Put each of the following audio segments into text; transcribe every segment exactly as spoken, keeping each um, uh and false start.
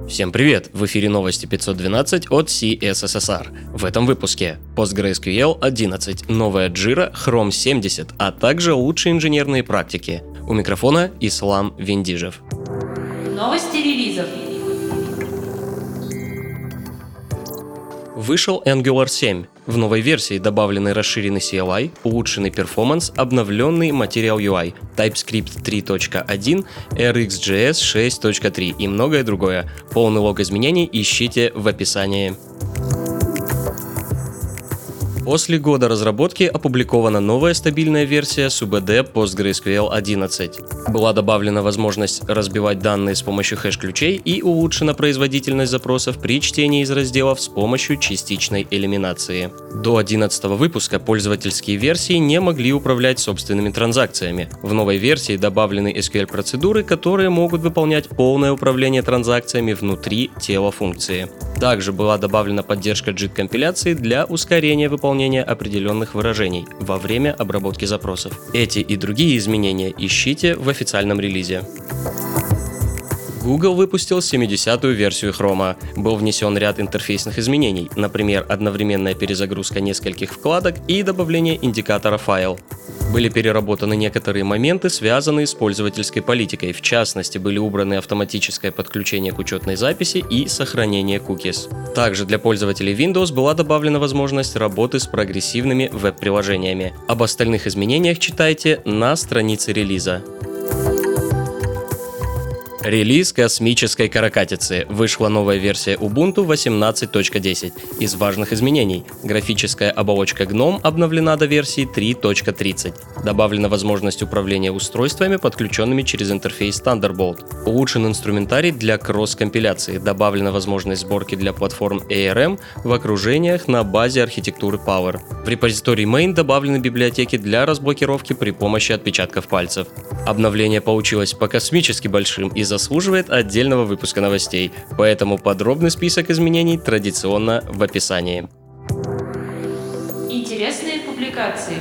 Всем привет! В эфире новости пятьсот двенадцать от си эс эс эс ар. В этом выпуске PostgreSQL одиннадцать, новая Jira, Chrome семьдесят, а также лучшие инженерные практики. У микрофона Ислам Виндижев. Новости релизов. Вышел Angular семь. В новой версии добавлены расширенный си эл ай, улучшенный перформанс, обновленный Material ю ай, TypeScript три точка один, эр икс джей эс шесть точка три и многое другое. Полный лог изменений ищите в описании. После года разработки опубликована новая стабильная версия SUBD PostgreSQL одиннадцать. Была добавлена возможность разбивать данные с помощью хэш-ключей и улучшена производительность запросов при чтении из разделов с помощью частичной элиминации. До одиннадцатого выпуска пользовательские версии не могли управлять собственными транзакциями. В новой версии добавлены эс кью эль-процедуры, которые могут выполнять полное управление транзакциями внутри тела функции. Также была добавлена поддержка джит-компиляции для ускорения выполнения определенных выражений во время обработки запросов. Эти и другие изменения ищите в официальном релизе. Google выпустил семидесятую версию Chrome. Был внесен ряд интерфейсных изменений, например, одновременная перезагрузка нескольких вкладок и добавление индикатора файл. Были переработаны некоторые моменты, связанные с пользовательской политикой. В частности, были убраны автоматическое подключение к учетной записи и сохранение cookies. Также для пользователей Windows была добавлена возможность работы с прогрессивными веб-приложениями. Об остальных изменениях читайте на странице релиза. Релиз космической каракатицы. Вышла новая версия Ubuntu восемнадцать точка десять. Из важных изменений: графическая оболочка Gnome обновлена до версии три точка тридцать. Добавлена возможность управления устройствами, подключенными через интерфейс Thunderbolt. Улучшен инструментарий для кросс-компиляции. Добавлена возможность сборки для платформ эй ар эм в окружениях на базе архитектуры Power. В репозитории Main добавлены библиотеки для разблокировки при помощи отпечатков пальцев. Обновление получилось по-космически большим и заслуживает отдельного выпуска новостей, поэтому подробный список изменений традиционно в описании. Интересные публикации.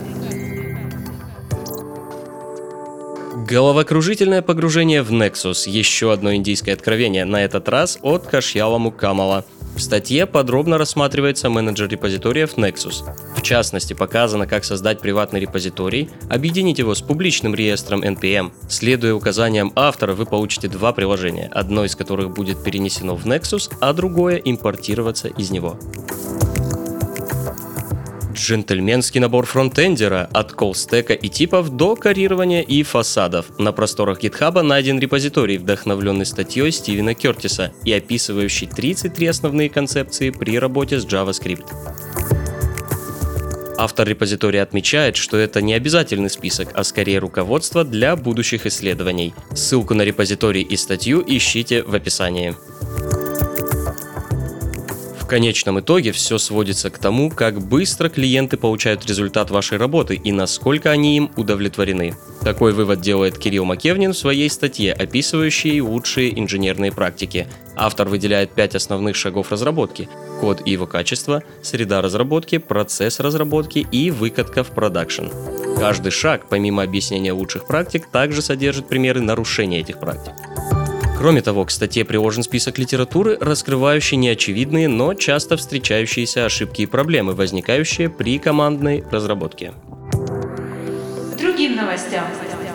Головокружительное погружение в Nexus. Еще одно индийское откровение, на этот раз от Кашьяла Камала. В статье подробно рассматривается менеджер репозиториев Nexus. В частности, показано, как создать приватный репозиторий, объединить его с публичным реестром эн пи эм. Следуя указаниям автора, вы получите два приложения, одно из которых будет перенесено в Nexus, а другое импортироваться из него. Джентльменский набор фронтендера от колл-стека и типов до карирования и фасадов. На просторах GitHub найден репозиторий, вдохновленный статьей Стивена Кертиса и описывающий тридцать три основные концепции при работе с JavaScript. Автор репозитория отмечает, что это не обязательный список, а скорее руководство для будущих исследований. Ссылку на репозиторий и статью ищите в описании. В конечном итоге все сводится к тому, как быстро клиенты получают результат вашей работы и насколько они им удовлетворены. Такой вывод делает Кирилл Макевнин в своей статье, описывающей лучшие инженерные практики. Автор выделяет пять основных шагов разработки: код и его качество, среда разработки, процесс разработки и выкатка в продакшн. Каждый шаг, помимо объяснения лучших практик, также содержит примеры нарушения этих практик. Кроме того, к статье приложен список литературы, раскрывающий неочевидные, но часто встречающиеся ошибки и проблемы, возникающие при командной разработке. К другим новостям.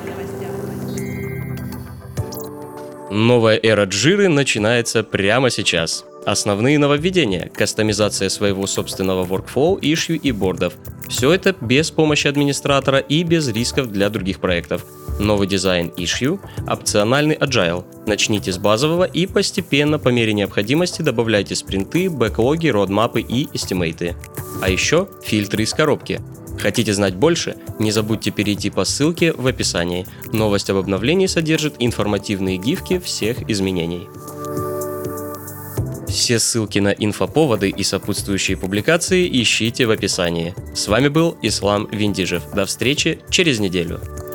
Новая эра Jira начинается прямо сейчас. Основные нововведения: кастомизация своего собственного workflow, issue и бордов. Все это без помощи администратора и без рисков для других проектов. Новый дизайн issue, опциональный agile. Начните с базового и постепенно, по мере необходимости, добавляйте спринты, бэклоги, родмапы и эстимейты. А еще фильтры из коробки. Хотите знать больше? Не забудьте перейти по ссылке в описании. Новость об обновлении содержит информативные гифки всех изменений. Все ссылки на инфоповоды и сопутствующие публикации ищите в описании. С вами был Ислам Виндижев. До встречи через неделю.